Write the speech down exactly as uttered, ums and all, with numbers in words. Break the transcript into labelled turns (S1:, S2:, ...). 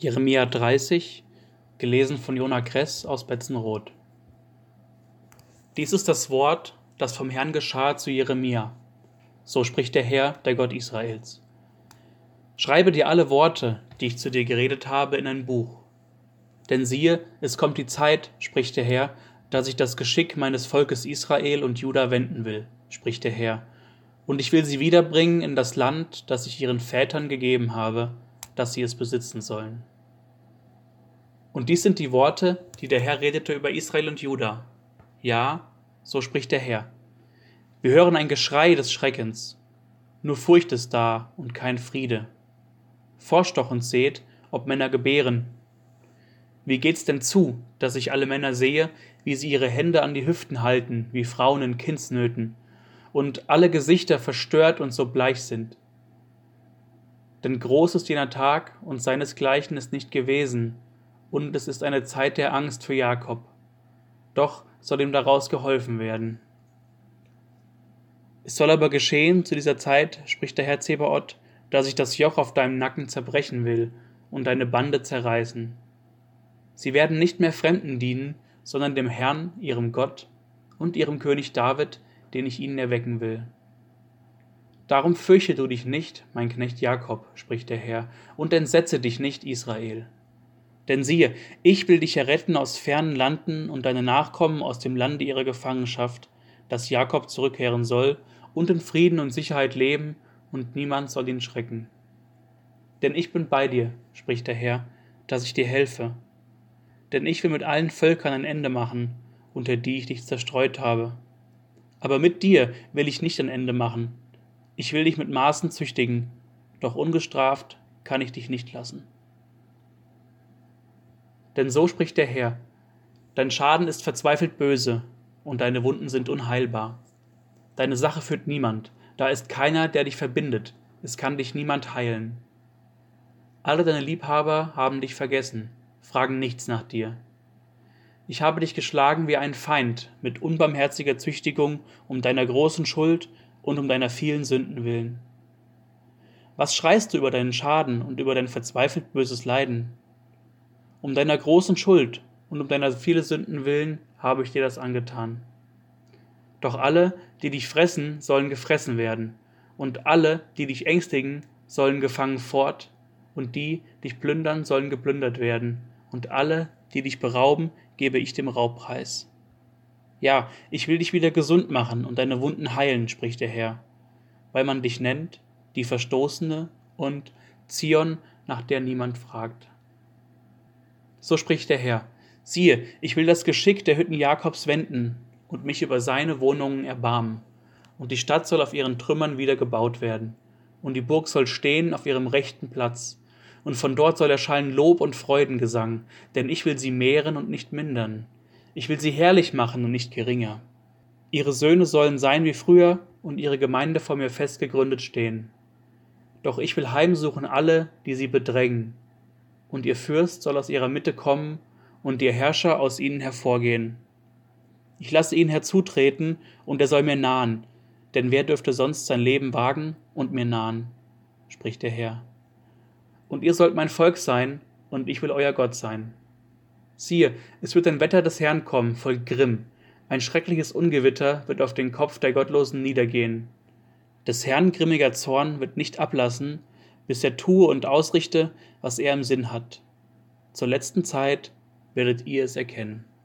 S1: Jeremia dreißig, gelesen von Jona Kress aus Betzenroth. Dies ist das Wort, das vom Herrn geschah zu Jeremia. So spricht der Herr, der Gott Israels. Schreibe dir alle Worte, die ich zu dir geredet habe, in ein Buch. Denn siehe, es kommt die Zeit, spricht der Herr, dass ich das Geschick meines Volkes Israel und Juda wenden will, spricht der Herr. Und ich will sie wiederbringen in das Land, das ich ihren Vätern gegeben habe, dass sie es besitzen sollen. Und dies sind die Worte, die der Herr redete über Israel und Juda. Ja, so spricht der Herr. Wir hören ein Geschrei des Schreckens. Nur Furcht ist da und kein Friede. Forscht doch und seht, ob Männer gebären. Wie geht's denn zu, dass ich alle Männer sehe, wie sie ihre Hände an die Hüften halten, wie Frauen in Kindsnöten, und alle Gesichter verstört und so bleich sind? Denn groß ist jener Tag, und seinesgleichen ist nicht gewesen, und es ist eine Zeit der Angst für Jakob. Doch soll ihm daraus geholfen werden. Es soll aber geschehen zu dieser Zeit, spricht der Herr Zebaoth, dass ich das Joch auf deinem Nacken zerbrechen will und deine Bande zerreißen. Sie werden nicht mehr Fremden dienen, sondern dem Herrn, ihrem Gott, und ihrem König David, den ich ihnen erwecken will. Darum fürchte du dich nicht, mein Knecht Jakob, spricht der Herr, und entsetze dich nicht, Israel. Denn siehe, ich will dich erretten aus fernen Landen und deine Nachkommen aus dem Lande ihrer Gefangenschaft, dass Jakob zurückkehren soll und in Frieden und Sicherheit leben, und niemand soll ihn schrecken. Denn ich bin bei dir, spricht der Herr, dass ich dir helfe. Denn ich will mit allen Völkern ein Ende machen, unter die ich dich zerstreut habe. Aber mit dir will ich nicht ein Ende machen. Ich will dich mit Maßen züchtigen, doch ungestraft kann ich dich nicht lassen. Denn so spricht der Herr, dein Schaden ist verzweifelt böse, und deine Wunden sind unheilbar. Deine Sache führt niemand, da ist keiner, der dich verbindet, es kann dich niemand heilen. Alle deine Liebhaber haben dich vergessen, fragen nichts nach dir. Ich habe dich geschlagen wie einen Feind, mit unbarmherziger Züchtigung, um deiner großen Schuld und um deiner vielen Sünden willen. Was schreist du über deinen Schaden und über dein verzweifelt böses Leiden? Um deiner großen Schuld und um deiner vielen Sünden willen habe ich dir das angetan. Doch alle, die dich fressen, sollen gefressen werden, und alle, die dich ängstigen, sollen gefangen fort, und die dich plündern, sollen geplündert werden, und alle, die dich berauben, gebe ich dem Raubpreis. Ja, ich will dich wieder gesund machen und deine Wunden heilen, spricht der Herr, weil man dich nennt, die Verstoßene und Zion, nach der niemand fragt. So spricht der Herr, siehe, ich will das Geschick der Hütten Jakobs wenden und mich über seine Wohnungen erbarmen. Und die Stadt soll auf ihren Trümmern wieder gebaut werden. Und die Burg soll stehen auf ihrem rechten Platz. Und von dort soll erschallen Lob und Freudengesang, denn ich will sie mehren und nicht mindern. Ich will sie herrlich machen und nicht geringer. Ihre Söhne sollen sein wie früher und ihre Gemeinde vor mir fest gegründet stehen. Doch ich will heimsuchen alle, die sie bedrängen. Und ihr Fürst soll aus ihrer Mitte kommen und ihr Herrscher aus ihnen hervorgehen. Ich lasse ihn herzutreten, und er soll mir nahen, denn wer dürfte sonst sein Leben wagen und mir nahen, spricht der Herr. Und ihr sollt mein Volk sein, und ich will euer Gott sein. Siehe, es wird ein Wetter des Herrn kommen, voll Grimm, ein schreckliches Ungewitter wird auf den Kopf der Gottlosen niedergehen. Des Herrn grimmiger Zorn wird nicht ablassen, bis er tue und ausrichte, was er im Sinn hat. Zur letzten Zeit werdet ihr es erkennen.